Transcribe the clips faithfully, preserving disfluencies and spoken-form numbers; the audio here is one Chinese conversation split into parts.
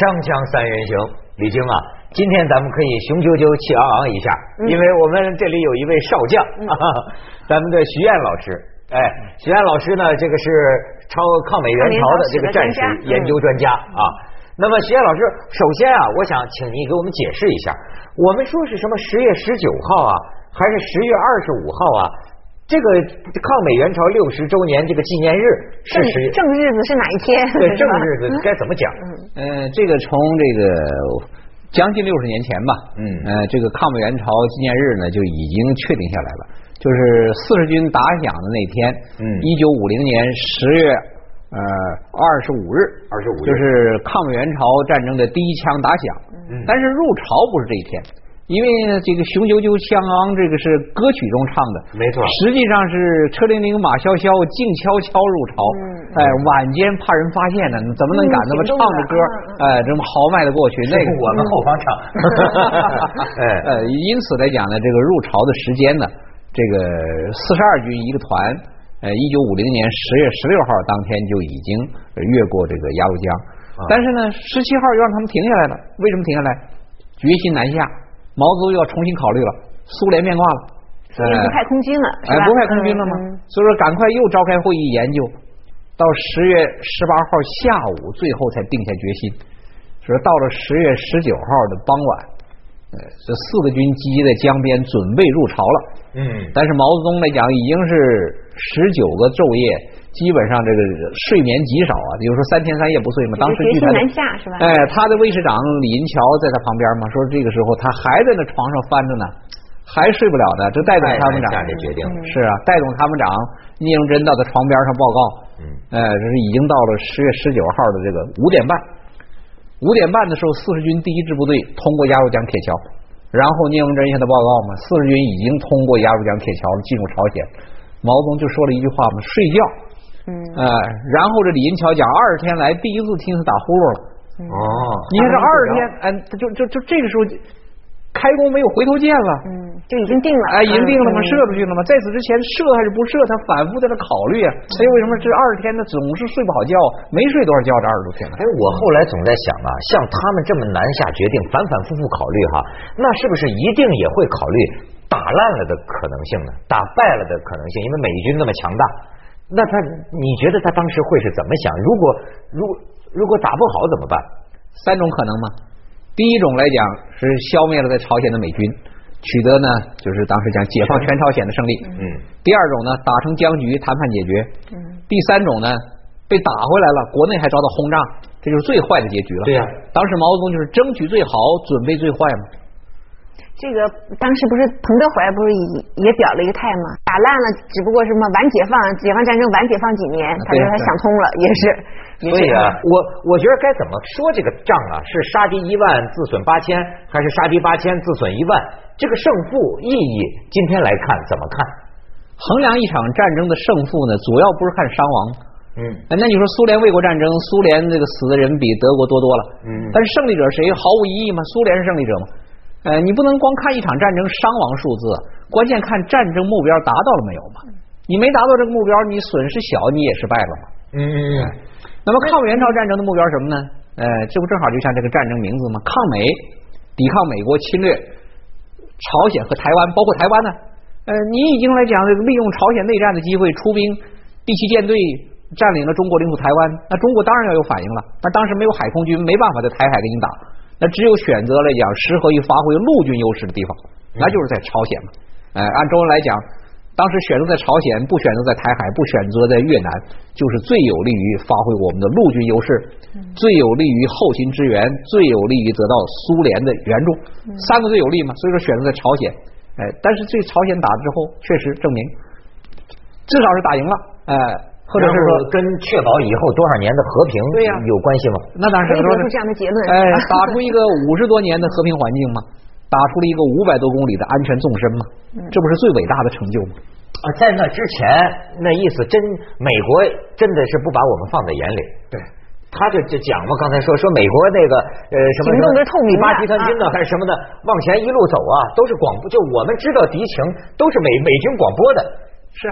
锵锵三人行，李菁啊，今天咱们可以雄赳赳气昂昂一下，因为我们这里有一位少将，嗯、咱们的徐燕老师。哎，徐燕老师呢，这个是超抗美援朝的这个战史研究专家啊。那么徐燕老师，首先啊，我想请你给我们解释一下，我们说是什么十月十九号啊，还是十月二十五号啊？这个抗美援朝六十周年这个纪念日是十正日子是哪一天？ 对，正日子该怎么讲？ 呃，这个从这个将近六十年前吧，嗯，呃，这个抗美援朝纪念日呢就已经确定下来了，就是四十军打响的那天，嗯，一九五零年十月呃二十五日， 二十五日就是抗美援朝战争的第一枪打响，嗯，但是入朝不是这一天。因为这个雄赳赳气昂昂，这个是歌曲中唱的， 没错。 实际上是车铃铃马萧萧，静悄悄入朝。嗯、哎，晚间怕人发现呢，怎么能敢那么唱着歌？嗯、哎，这么豪迈的过去，那个我们后方唱。 哎，呃，因此来讲呢，这个入朝的时间呢，这个四十二军一个团，呃，一九五零年十月十六号当天就已经越过这个鸭绿江，啊、但是呢，十七号又让他们停下来了。为什么停下来？决心南下。毛泽东又要重新考虑了，苏联变卦了， 苏联不派空军了， 哎，不派空军了吗？嗯、所以说赶快又召开会议研究，到十月十八号下午，最后才定下决心。说到了十月十九号的傍晚，呃，这四个军集结在江边，准备入朝了。嗯，但是毛泽东来讲，已经是十九个昼夜。基本上这个睡眠极少啊，比如说三天三夜不睡嘛。当时据他南下是吧？ 哎，他的卫士长李银桥在他旁边嘛，说这个时候他还在那床上翻着呢，还睡不了的。这戴总参谋长下这决定是啊，戴总参谋长聂荣臻到他床边上报告，嗯，哎，这是已经到了十月十九号的这个五点半，五点半的时候，四十军第一支部队通过鸭绿江铁桥，然后聂荣臻向他报告嘛，四十军已经通过鸭绿江铁桥进入朝鲜。毛泽东就说了一句话嘛，睡觉。嗯，呃，然后这李银桥讲，二十天来第一次听他打呼噜了。哦，你看这二十天，哎，就就就这个时候开弓没有回头箭了。 嗯，就已经定了。 哎，已经定了吗？射出去了吗？在此之前射还是不射，他反复在那考虑啊。所以为什么这二十天呢总是睡不好觉，没睡多少觉这二十多天了？ 哎，我后来总在想啊，像他们这么难下决定，反反复复考虑哈，那是不是一定也会考虑打烂了的可能性呢？打败了的可能性？因为美军那么强大。那他，你觉得他当时会是怎么想？如果如如果打不好怎么办？ 三种可能嘛。第一种来讲是消灭了在朝鲜的美军，取得呢就是当时讲解放全朝鲜的胜利。嗯。第二种呢打成僵局，谈判解决。嗯。第三种呢被打回来了，国内还遭到轰炸，这就是最坏的结局了。 对呀、啊。 当时毛泽东就是争取最好，准备最坏嘛。 这个当时不是彭德怀不是也表了一个态吗？打烂了，只不过什么晚解放，解放战争晚解放几年，他说他想通了，也是。 所以啊，我我觉得该怎么说这个仗啊？是杀敌一万自损八千，还是杀敌八千自损一万？这个胜负意义，今天来看怎么看？ 衡量一场战争的胜负呢，主要不是看伤亡。嗯，那你说苏联卫国战争，苏联这个死的人比德国多多了。嗯，但是胜利者谁？毫无疑义嘛，苏联是胜利者嘛。呃，你不能光看一场战争伤亡数字，关键看战争目标达到了没有嘛？你没达到这个目标，你损失小，你也失败了嘛。嗯嗯嗯。那么抗美援朝战争的目标是什么呢？呃，这不正好就像这个战争名字吗？抗美，抵抗美国侵略朝鲜和台湾，包括台湾呢。呃，你已经来讲这个利用朝鲜内战的机会出兵，第七舰队占领了中国领土台湾，那中国当然要有反应了。那当时没有海空军，没办法在台海给你打。那只有选择来讲适合于发挥陆军优势的地方，那就是在朝鲜嘛。哎，按周恩来讲，当时选择在朝鲜，不选择在台海，不选择在越南，就是最有利于发挥我们的陆军优势，最有利于后勤支援，最有利于得到苏联的援助，三个最有利嘛。所以说选择在朝鲜，哎，但是这朝鲜打之后，确实证明至少是打赢了，哎。或者是说跟确保以后多少年的和平对呀有关系吗？ 那当然是可以得出这样的结论。 哎，打出一个五十多年的和平环境嘛，打出了一个五百多公里的安全纵深嘛，这不是最伟大的成就吗？ 啊，在那之前，那意思真美国真的是不把我们放在眼里。对，他就就讲嘛，刚才说说美国那个呃什么什么第八集团军呢，还是什么的，往前一路走啊，都是广播，就我们知道敌情都是美美军广播的。 是。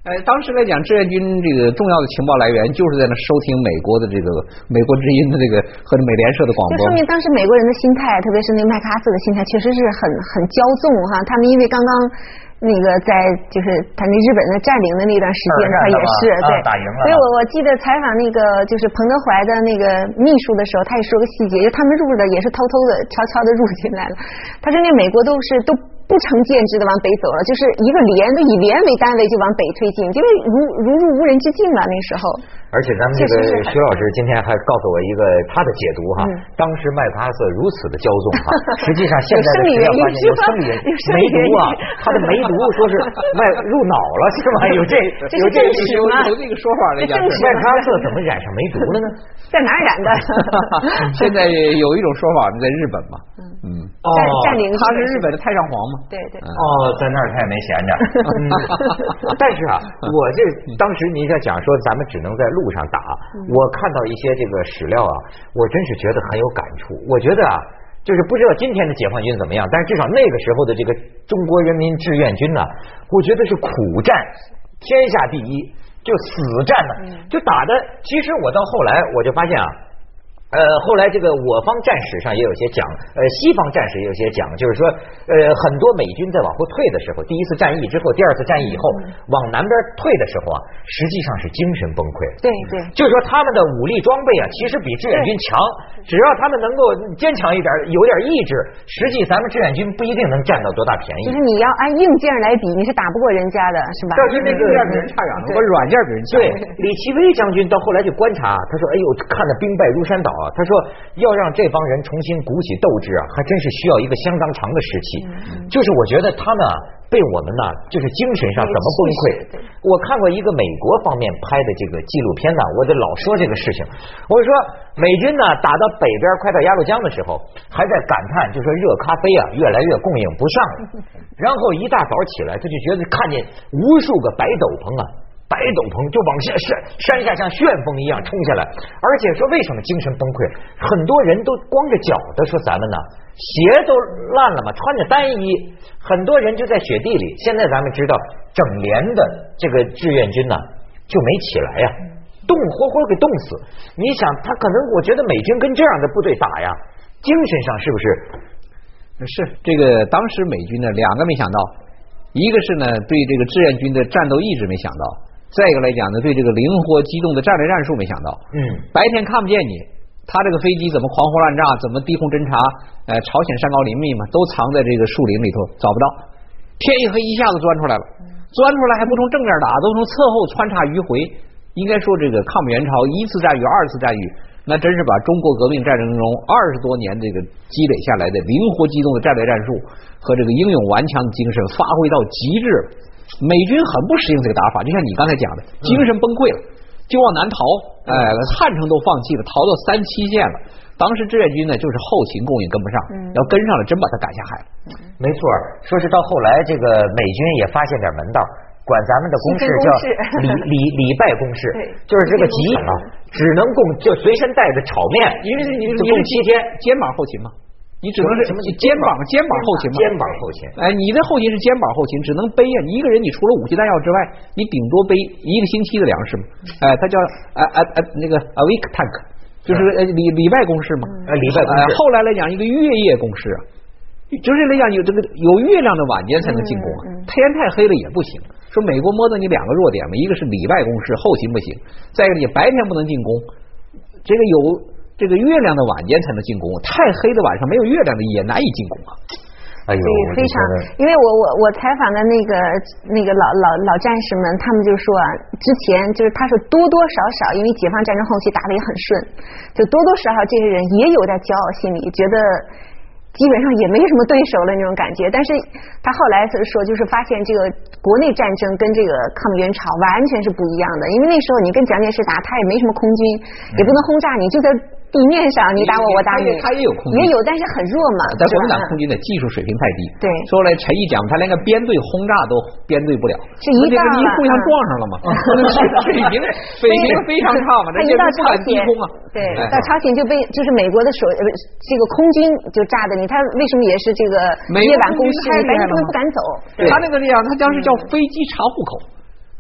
呃，当时来讲，志愿军这个重要的情报来源就是在那收听美国的这个美国之音的这个和美联社的广播， 就说明当时美国人的心态，特别是那麦克阿瑟的心态，确实是很很骄纵哈。他们因为刚刚那个在就是他那日本的占领的那段时间，他也是对打赢了。 所以我我记得采访那个就是彭德怀的那个秘书的时候，他也说个细节，就他们入的也是偷偷的、悄悄的入进来了。他说那美国都是都。不成建制的往北走了，就是一个连的以连为单位就往北推进，因为如如入无人之境了那时候。 而且咱们这个徐老师今天还告诉我一个他的解读哈，嗯、当时麦克阿瑟如此的骄纵哈，实际上现在的史料发现有生理原因，梅毒啊，他的梅毒说是麦入脑了是吧？有这有这有有这个说法来讲， 麦克阿瑟怎么染上梅毒了呢？ 在哪儿染的？ 现在有一种说法在日本嘛，嗯， 哦，占领他是日本的太上皇嘛， 对对， 哦，在那儿他也没闲着，但是啊，我这当时你在讲说咱们只能在路上打，我看到一些这个史料啊，我真是觉得很有感触。我觉得啊，就是不知道今天的解放军怎么样，但是至少那个时候的这个中国人民志愿军呢，我觉得是苦战，天下第一，就死战呢，就打的。其实我到后来我就发现啊。呃，后来这个我方战史上也有些讲，呃，西方战史也有些讲，就是说，呃，很多美军在往后退的时候，第一次战役之后，第二次战役以后，嗯、往南边退的时候啊，实际上是精神崩溃。 对对， 就是说他们的武力装备啊，其实比志愿军强，只要他们能够坚强一点，有点意志，实际咱们志愿军不一定能占到多大便宜。 就是你要按硬件来比，你是打不过人家的，是吧？ 但是那个硬件比人差远了，我软件比人强。 对，李奇微将军到后来就观察，他说：“哎呦，看得兵败如山倒啊！”他说。要让这帮人重新鼓起斗志啊，还真是需要一个相当长的时期。嗯、就是我觉得他们啊，被我们呢，就是精神上怎么崩溃。我看过一个美国方面拍的这个纪录片呢，我就老说这个事情。我说美军呢打到北边快到鸭绿江的时候，还在感叹，就说热咖啡啊越来越供应不上了。然后一大早起来，他就觉得看见无数个白斗篷啊。白斗篷就往下山山下像旋风一样冲下来，而且说为什么精神崩溃？很多人都光着脚的，说咱们呢鞋都烂了嘛，穿着单衣，很多人就在雪地里。现在咱们知道，整连的这个志愿军呢就没起来呀，冻活活给冻死。你想，他可能我觉得美军跟这样的部队打呀，精神上是不是？ 是这个当时美军呢两个没想到，一个是呢对这个志愿军的战斗意志没想到。再一个来讲呢，对这个灵活机动的战略战术没想到。嗯，白天看不见你，他这个飞机怎么狂轰滥炸，怎么低空侦察，呃，朝鲜山高林密嘛，都藏在这个树林里头，找不到。天一黑，一下子钻出来了，钻出来还不从正面打，都从侧后穿插迂回。应该说，这个抗美援朝一次战役、二次战役，那真是把中国革命战争中二十多年这个积累下来的灵活机动的战略战术和这个英勇顽强的精神发挥到极致了。美军很不适应这个打法，就像你刚才讲的，精神崩溃了，就往南逃，哎、呃，汉城都放弃了，逃到三七线了。当时志愿军呢，就是后勤供应跟不上，嗯、要跟上了，真把他赶下海了。 没错，说是到后来，这个美军也发现点门道，管咱们的公式叫礼礼礼拜公式，就是这个急啊，只能供就随身带着炒面， 因为你就供七天， 肩膀后勤嘛。你只能是什么肩膀肩膀后勤嘛？ 肩膀后勤， 哎，你的后勤是肩膀后勤，只能背啊。一个人你除了武器弹药之外，你顶多背一个星期的粮食嘛。哎，它叫啊啊啊那个 a week tank， 就是呃礼礼拜公式嘛。 呃礼拜公式。 后来来讲一个月夜公式啊，就是来讲有这个有月亮的晚间才能进攻啊，天太黑了也不行。说美国摸到你两个弱点嘛，一个是礼拜公式后勤不行，再一个你白天不能进攻，这个有。这个月亮的晚间才能进攻，太黑的晚上没有月亮的也难以进攻啊！ 哎呦， 对，非常，因为我我我采访的那个那个老老老战士们，他们就说啊，之前就是他说多多少少，因为解放战争后期打得也很顺，就多多少少这些人也有点骄傲心理，觉得基本上也没什么对手了那种感觉。但是他后来说，就是发现这个国内战争跟这个抗美援朝完全是不一样的，因为那时候你跟蒋介石打，他也没什么空军，也不能轰炸你，就在地面上你打我我打你， 他也有空军， 也有，但是很弱嘛。 但国民党空军的技术水平太低。 对， 说来陈毅讲，他连个编队轰炸都编队不了， 是一到你互相撞上了嘛？水平水平非常差嘛， 他一到朝鲜，对，到朝鲜就被就是美国的手这个空军就炸的你，他为什么也是这个夜晚攻势，白天根本不敢走。 他那个这样，他当时叫飞机查户口。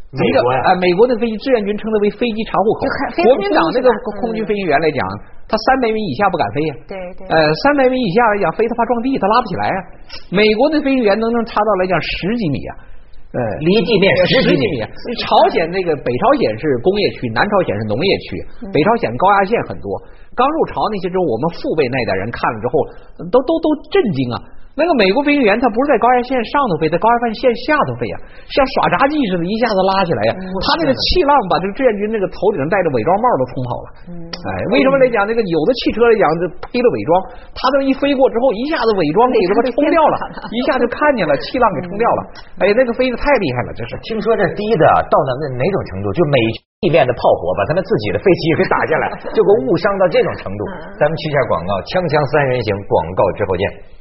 美国呀， 哎，美国的飞机志愿军称之为飞机查户口，国民党那个空军飞行员来讲，他三百米以下不敢飞呀。 对对。 呃，三百米以下来讲，飞他怕撞地，他拉不起来啊。美国的飞行员能能查到来讲十几米啊，呃， 离地面十几米。 朝鲜那个北朝鲜是工业区，南朝鲜是农业区，北朝鲜高压线很多。刚入朝那些之后，我们父辈那代人看了之后，都都都震惊啊。那个美国飞行员他不是在高压线上头飞，在高压线下头飞呀、啊，像耍杂技似的，一下子拉起来呀、啊。他那个气浪把这个志愿军那个头顶上戴着伪装帽都冲跑了。哎，为什么来讲那个有的汽车来讲就披了伪装，他这一飞过之后，一下子伪装给他妈冲掉了，一下就看见了，气浪给冲掉了。哎，那个飞得太厉害了，这是。 听说这低的到哪哪种程度，就美地面的炮火把他们自己的飞机给打下来，就给误伤到这种程度。咱们去下广告，锵锵三人行，广告之后见。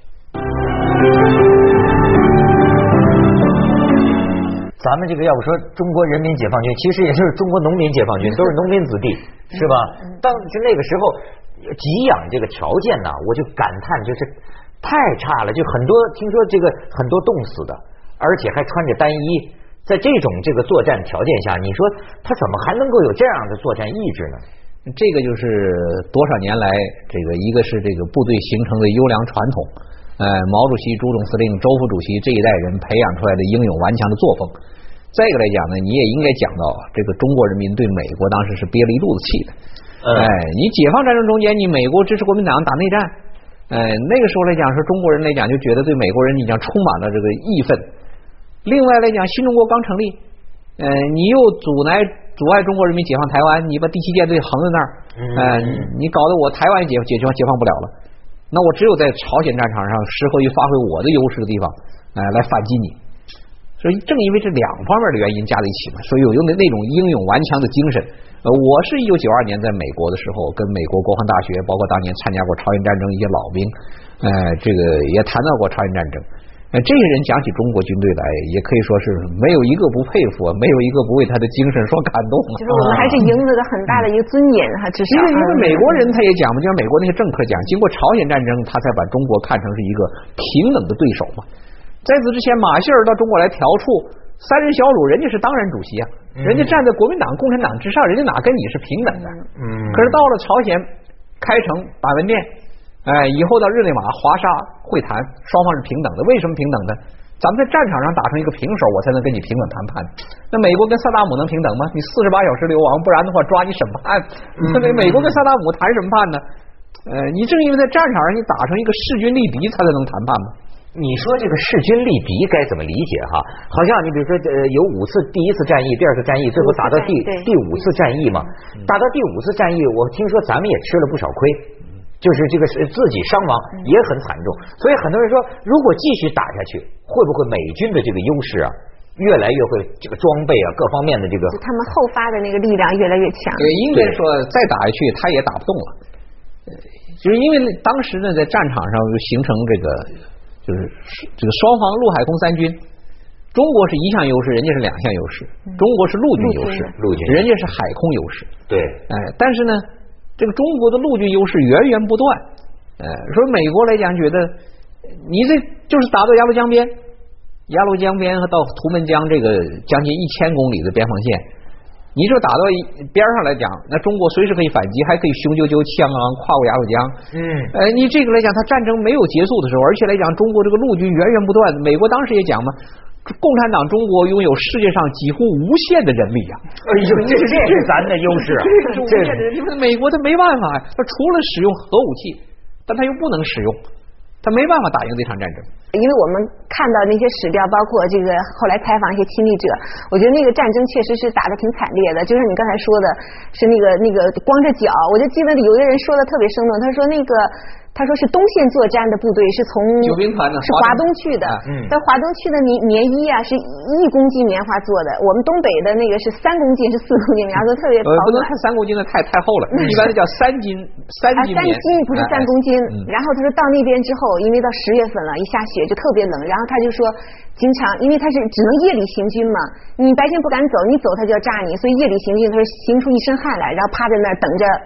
咱们这个要不说中国人民解放军，其实也就是中国农民解放军，都是农民子弟，是吧？当时那个时候给养这个条件呢，我就感叹就是太差了，就很多听说这个很多冻死的，而且还穿着单衣，在这种这个作战条件下，你说他怎么还能够有这样的作战意志呢？ 这个就是多少年来，这个一个是这个部队形成的优良传统。呃，毛主席、朱总司令、周副主席这一代人培养出来的英勇顽强的作风。再一个来讲呢，你也应该讲到这个中国人民对美国当时是憋了一肚子气的。哎、呃，你解放战争中间，你美国支持国民党打内战，呃，那个时候来讲是中国人来讲就觉得对美国人你讲充满了这个义愤。另外来讲，新中国刚成立，呃，你又阻碍阻碍中国人民解放台湾，你把第七舰队横在那儿，呃，你搞得我台湾解解放解放不了了。那我只有在朝鲜战场上适合于发挥我的优势的地方，哎、呃，来反击你。所以正因为这两方面的原因加在一起嘛，所以有那那种英勇顽强的精神。呃，我是一九九二年在美国的时候，跟美国国防大学，包括当年参加过朝鲜战争一些老兵，呃，这个也谈到过朝鲜战争。呃，这些人讲起中国军队来，也可以说是没有一个不佩服，没有一个不为他的精神所感动。 就是我们还是赢得了很大的一个尊严哈，至少。 因为因为美国人他也讲嘛，就像美国那些政客讲，经过朝鲜战争，他才把中国看成是一个平等的对手嘛。在此之前，马歇尔到中国来调处，三人小组人家是当然主席啊，人家站在国民党、共产党之上，人家哪跟你是平等的？嗯。可是到了朝鲜，开城板门店。哎，以后到日内瓦、华沙会谈，双方是平等的。为什么平等的？咱们在战场上打成一个平手，我才能跟你平等谈判。那美国跟萨达姆能平等吗？你四十八小时流亡，不然的话抓你审判。那美美国跟萨达姆谈什么判呢？呃，你正因为在战场上你打成一个势均力敌，才才能谈判吗？ 你说这个势均力敌该怎么理解哈？好像你比如说呃有五次第一次战役，第二次战役，最后打到第第五次战役嘛，打到第五次战役，我听说咱们也吃了不少亏。就是这个是自己伤亡也很惨重，所以很多人说，如果继续打下去，会不会美军的这个优势啊，越来越会这个装备啊各方面的这个， 他们后发的那个力量越来越强。 对，应该说再打下去，他也打不动了。就是因为当时呢，在战场上就形成这个，就是这个双方陆海空三军，中国是一项优势，人家是两项优势，中国是陆军优势， 陆军， 人家是海空优势。 对， 哎，但是呢。这个中国的陆军优势源源不断，呃，说美国来讲觉得你这就是打到鸭绿江边，鸭绿江边和到图们江这个将近一千公里的边防线，你说打到边上来讲，那中国随时可以反击，还可以雄赳赳气昂昂跨过鸭绿江。嗯，呃，你这个来讲，它战争没有结束的时候，而且来讲，中国这个陆军源源不断，美国当时也讲嘛。共产党中国拥有世界上几乎无限的人力啊！ 哎呦，这是这是咱的优势啊！ 这是无限的人力，因为美国他没办法呀，他除了使用核武器，但他又不能使用，他没办法打赢这场战争。 因为我们看到那些史料，包括这个后来采访一些亲历者，我觉得那个战争确实是打得挺惨烈的。就像你刚才说的，是那个那个光着脚，我就记得有的人说的特别生动，他说那个。他说是东线作战的部队是从九兵团的是华东去的，嗯，但华东去的棉棉衣啊是一公斤棉花做的，我们东北的那个是三公斤是四公斤棉花做，特别呃不能看三公斤的太太厚了，一般的叫三斤三斤棉，三斤不是三公斤。然后他说到那边之后，因为到十月份了，一下雪就特别冷，然后他就说经常因为他是只能夜里行军嘛，你白天不敢走，你走他就要炸你，所以夜里行军他说行出一身汗来，然后趴在那儿等着。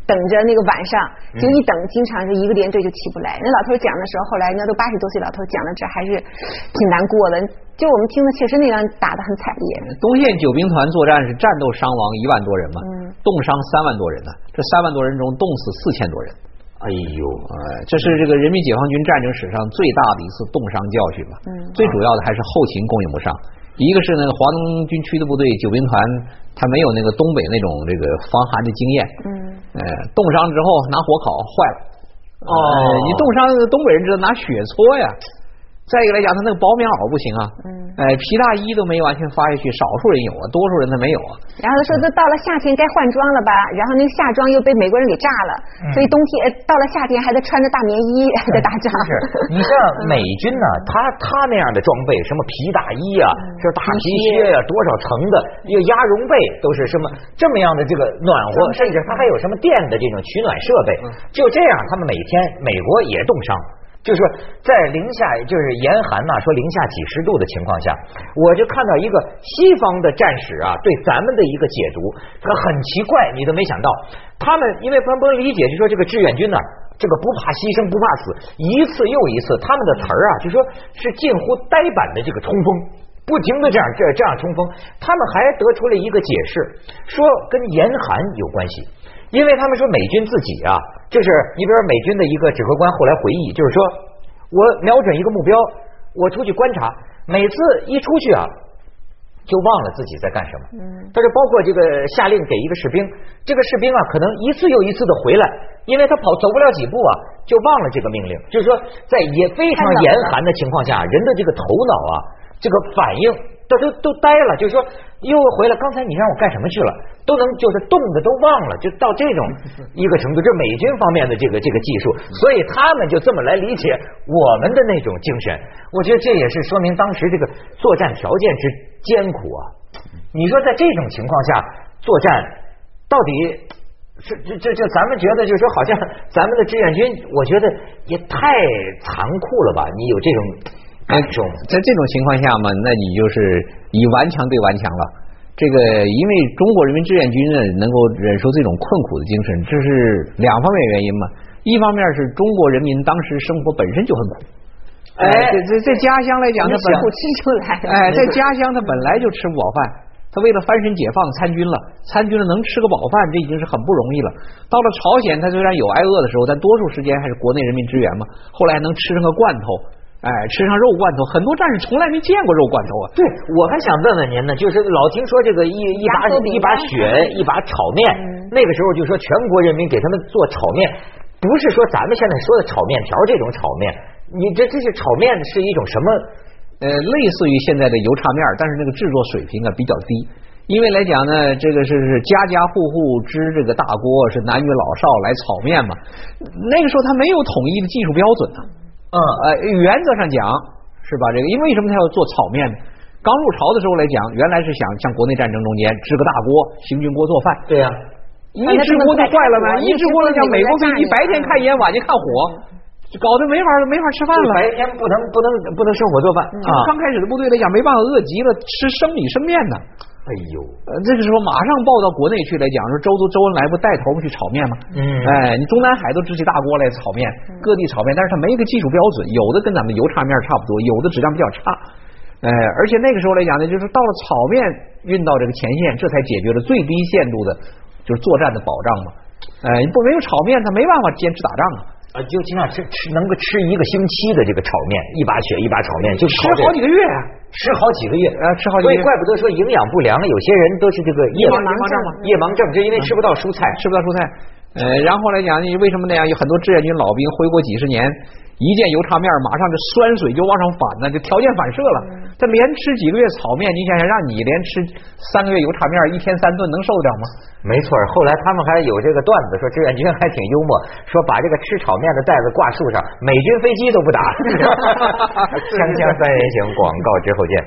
等着那个晚上，就一等，经常是一个连队就起不来。那老头讲的时候，后来那都八十多岁老头讲到这还是挺难过的。就我们听的确实那样打得很惨烈。 东线九兵团作战是战斗伤亡一万多人嘛，嗯，冻伤三万多人呢。这三万多人中冻死四千多人。 哎呦， 呃，这是这个人民解放军战争史上最大的一次冻伤教训吧。嗯，最主要的还是后勤供应不上。一个是那个华东军区的部队九兵团，他没有那个东北那种这个防寒的经验。嗯，呃，冻伤之后拿火烤坏了。哦，你冻伤东北人知道拿血搓呀。再一个来讲，他那个薄棉袄不行啊，嗯，哎，皮大衣都没完全发下去，少数人有啊，多数人他没有啊。 然后他说，都到了夏天该换装了吧？然后那个夏装又被美国人给炸了，嗯、所以冬天到了夏天还得穿着大棉衣在打仗。 是，你像美军呢，他他那样的装备，什么皮大衣啊，这、嗯、大皮靴呀、啊，多少层的，一个鸭绒被都是什么这么样的这个暖和，甚至他还有什么电的这种取暖设备。嗯、就这样，他们每天美国也冻伤。就是说，在零下就是严寒呐、啊，说零下几十度的情况下，我就看到一个西方的战史啊，对咱们的一个解读，这个很奇怪，你都没想到，他们因为不能理解，就说这个志愿军呢、啊，这个不怕牺牲，不怕死，一次又一次，他们的词儿啊，就说是近乎呆板的这个冲锋。不停的这样这这样冲锋，他们还得出了一个解释，说跟严寒有关系。因为他们说美军自己啊，就是你比如说美军的一个指挥官后来回忆，就是说我瞄准一个目标，我出去观察，每次一出去啊，就忘了自己在干什么。嗯，但是包括这个下令给一个士兵，这个士兵啊，可能一次又一次的回来，因为他跑走不了几步啊，就忘了这个命令。就是说，在也非常严寒的情况下，人的这个头脑啊，这个反应都都都呆了，就是说又回来，刚才你让我干什么去了，都能就是冻的都忘了，就到这种一个程度，这美军方面的这个这个技术，所以他们就这么来理解我们的那种精神。我觉得这也是说明当时这个作战条件之艰苦啊。你说在这种情况下作战，到底是这这这咱们觉得就是说，好像咱们的志愿军，我觉得也太残酷了吧？你有这种。 哎，在这种情况下嘛，那你就是以顽强对顽强了。这个因为中国人民志愿军呢能够忍受这种困苦的精神，这是两方面原因嘛。一方面是中国人民当时生活本身就很苦，哎，在在在家乡来讲，他本苦吃出来了。 哎，在家乡他本来就吃不饱饭，他为了翻身解放参军了，参军了能吃个饱饭，这已经是很不容易了。到了朝鲜，他虽然有挨饿的时候，但多数时间还是国内人民支援嘛。后来还能吃上个罐头。哎，吃上肉罐头，很多战士从来没见过肉罐头啊。 对，我还想问问您呢，就是老听说这个一一把一把血一把炒面，嗯、那个时候就说全国人民给他们做炒面，不是说咱们现在说的炒面条这种炒面，你这这是炒面是一种什么？ 呃，类似于现在的油叉面，但是那个制作水平啊比较低。因为来讲呢，这个是是家家户户支这个大锅，是男女老少来炒面嘛。那个时候他没有统一的技术标准呢。嗯呃，原则上讲是吧？这个因为为什么他要做炒面呢？刚入朝的时候来讲，原来是想像国内战争中间支个大锅，行军锅做饭。 对呀、啊， 一支锅就坏了呗。一支锅来讲，美国飞机白天看一眼，晚间看火，搞得没法没法吃饭了。 白天不能不能不能生火做饭啊！刚开始的部队来讲，没办法，饿极了，吃生米生面呢。 哎呦， 呃，这个时候马上报到国内去来讲，说周都周恩来不带头去炒面吗？嗯，哎，你中南海都支起大锅来炒面，各地炒面，但是它没一个技术标准，有的跟咱们油叉面差不多，有的质量比较差。哎，而且那个时候来讲呢，就是到了炒面运到这个前线，这才解决了最低限度的，就是作战的保障嘛。哎，不没有炒面，他没办法坚持打仗啊。 啊，就经常吃吃能够吃一个星期的这个炒面，一把血一把炒面，就吃好几个月啊， 吃好几个月啊，吃好几个月。 所以怪不得说营养不良，有些人都是这个夜盲症嘛，夜盲症就因为吃不到蔬菜， 吃不到蔬菜。呃，然后来讲，你为什么那样？有很多志愿军老兵回国几十年，一见油叉面，马上这酸水就往上反呢，就条件反射了。他连吃几个月炒面，你想想，让你连吃三个月油叉面，一天三顿，能受得了吗？ 没错，后来他们还有这个段子说，志愿军还挺幽默，说把这个吃炒面的袋子挂树上，美军飞机都不打。锵锵三人行，广告之后见。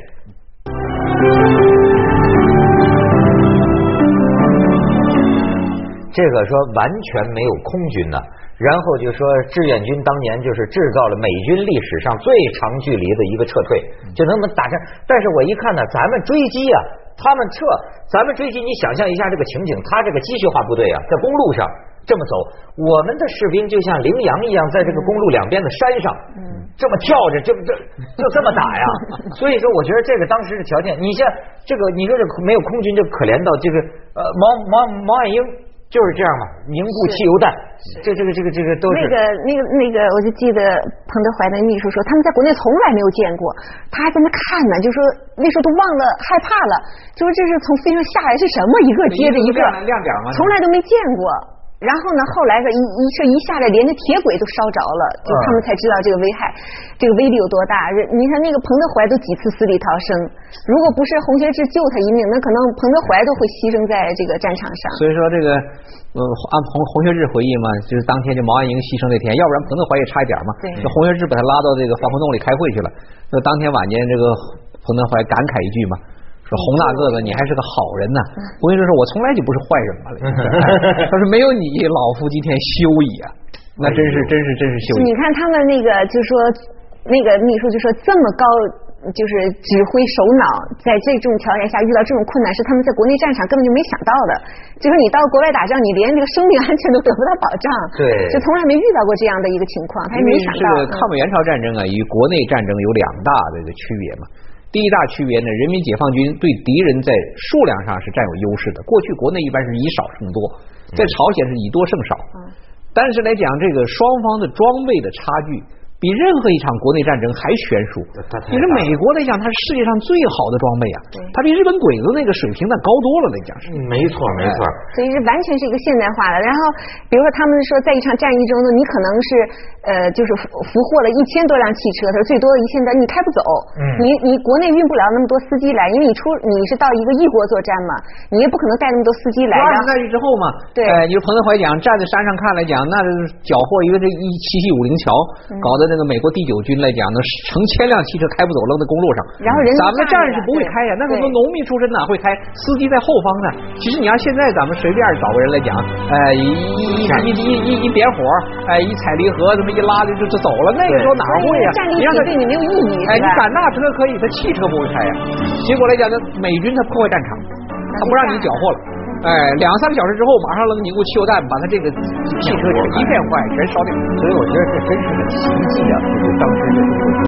这个说完全没有空军呢，然后就说志愿军当年就是制造了美军历史上最长距离的一个撤退，就能不能打仗。但是我一看呢，咱们追击啊，他们撤，咱们追击，你想象一下这个情景，他这个机械化部队啊，在公路上这么走，我们的士兵就像羚羊一样，在这个公路两边的山上，嗯，这么跳着，这么这就这么打呀。所以说，我觉得这个当时的条件，你像这个，你说这没有空军，就可怜到这个呃毛毛毛岸英就是这样嘛，凝固汽油弹，这这个这个这个都是那个那个那个，我就记得彭德怀的秘书说，他们在国内从来没有见过，他还在那看呢，就说那时候都忘了害怕了，就说这是从飞上下来是什么一个接着一个亮点嘛， 从来都没见过。然后呢，后来是一一这一下来，连这铁轨都烧着了，就他们才知道这个危害，这个威力有多大。你看那个彭德怀都几次死里逃生，如果不是洪学智救他一命，那可能彭德怀都会牺牲在这个战场上。 所以说这个，呃，按洪洪学智回忆嘛，就是当天就毛岸英牺牲那天，要不然彭德怀也差一点嘛。 对， 洪学智把他拉到这个防空洞里开会去了，就当天晚间这个彭德怀感慨一句嘛。说洪大个子，你还是个好人呐！洪学智说，我从来就不是坏人嘛。他说没有你，老夫今天休矣啊！那真是真是真是休矣。 你看他们那个，就说那个秘书就说这么高。就是指挥首脑在这种条件下遇到这种困难，是他们在国内战场根本就没想到的。就是你到国外打仗，你连这个生命安全都得不到保障， 对， 就从来没遇到过这样的一个情况，他也没想到。 这个抗美援朝战争啊，与国内战争有两大的这个区别嘛。第一大区别呢，人民解放军对敌人在数量上是占有优势的。过去国内一般是以少胜多，在朝鲜是以多胜少。嗯，但是来讲，这个双方的装备的差距比任何一场国内战争还悬殊。你说美国来讲，它是世界上最好的装备啊，它比日本鬼子那个水平那高多了，来讲是。 没错，没错。 所以是完全是一个现代化的。然后，比如说他们说，在一场战役中呢，你可能是呃，就是俘获了一千多辆汽车，他说最多的一千多，你开不走，嗯，你你国内运不了那么多司机来，因为你出你是到一个异国作战嘛，你也不可能带那么多司机来。 二次战役之后嘛， 对， 呃，你说彭德怀讲，站在山上看来讲，那缴获一个这一七七五零桥，搞得那个美国第九军来讲呢，成千辆汽车开不走，扔在公路上。 然后人咱们的战士不会开呀，那很多农民出身哪会开？司机在后方呢。其实你要现在咱们随便找个人来讲，呃，一一一一一一点火，哎，一踩离合，这么一拉就就就走了。那个时候哪会呀？ 战力体对你没有意义。 哎，你赶那车可以，他汽车不会开呀。结果来讲呢，美军他破坏战场，他不让你缴获了。哎，两三个小时之后，马上扔凝固汽油弹，把他这个汽车一片坏，全烧掉。 所以我觉得这真是个奇迹啊！就是当时的这个。